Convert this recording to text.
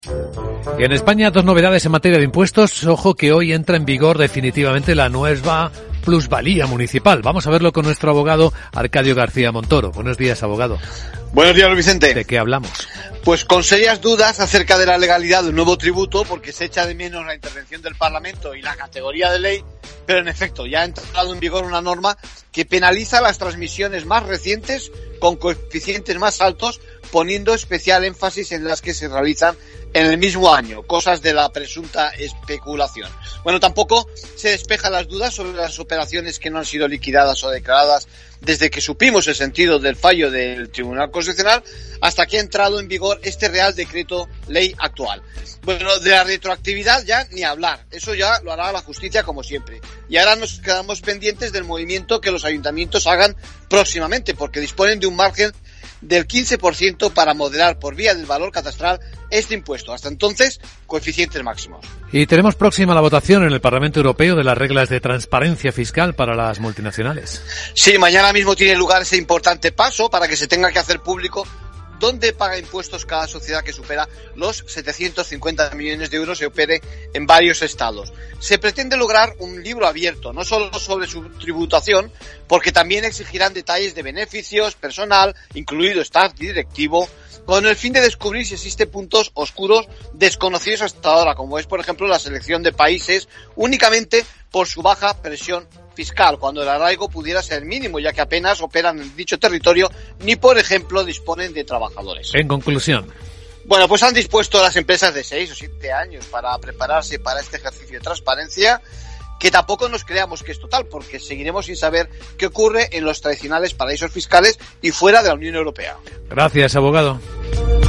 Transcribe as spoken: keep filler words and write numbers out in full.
Y en España, dos novedades en materia de impuestos. Ojo que hoy entra en vigor definitivamente la nueva plusvalía municipal. Vamos a verlo con nuestro abogado Arcadio García Montoro. Buenos días, abogado. Buenos días, Vicente. ¿De qué hablamos? Pues con serias dudas acerca de la legalidad del nuevo tributo, porque se echa de menos la intervención del Parlamento y la categoría de ley, pero en efecto ya ha entrado en vigor una norma que penaliza las transmisiones más recientes con coeficientes más altos, poniendo especial énfasis en las que se realizan en el mismo año, cosas de la presunta especulación. Bueno, tampoco se despejan las dudas sobre las operaciones que no han sido liquidadas o declaradas desde que supimos el sentido del fallo del Tribunal Constitucional hasta que ha entrado en vigor este Real Decreto Ley actual. Bueno, de la retroactividad ya ni hablar, eso ya lo hará la justicia como siempre. Y ahora nos quedamos pendientes del movimiento que los ayuntamientos hagan próximamente, porque disponen de un margen del quince por ciento para moderar por vía del valor catastral este impuesto. Hasta entonces, coeficientes máximos. Y tenemos próxima la votación en el Parlamento Europeo de las reglas de transparencia fiscal para las multinacionales. Sí, mañana mismo tiene lugar ese importante paso para que se tenga que hacer público dónde paga impuestos cada sociedad que supera los setecientos cincuenta millones de euros y opere en varios estados. Se pretende lograr un libro abierto, no solo sobre su tributación, porque también exigirán detalles de beneficios, personal, incluido staff directivo, con el fin de descubrir si existen puntos oscuros desconocidos hasta ahora, como es, por ejemplo, la selección de países únicamente por su baja presión fiscal, cuando el arraigo pudiera ser mínimo, ya que apenas operan en dicho territorio ni, por ejemplo, disponen de trabajadores. En conclusión. Bueno, pues han dispuesto a las empresas de seis o siete años para prepararse para este ejercicio de transparencia, que tampoco nos creamos que es total, porque seguiremos sin saber qué ocurre en los tradicionales paraísos fiscales y fuera de la Unión Europea. Gracias, abogado.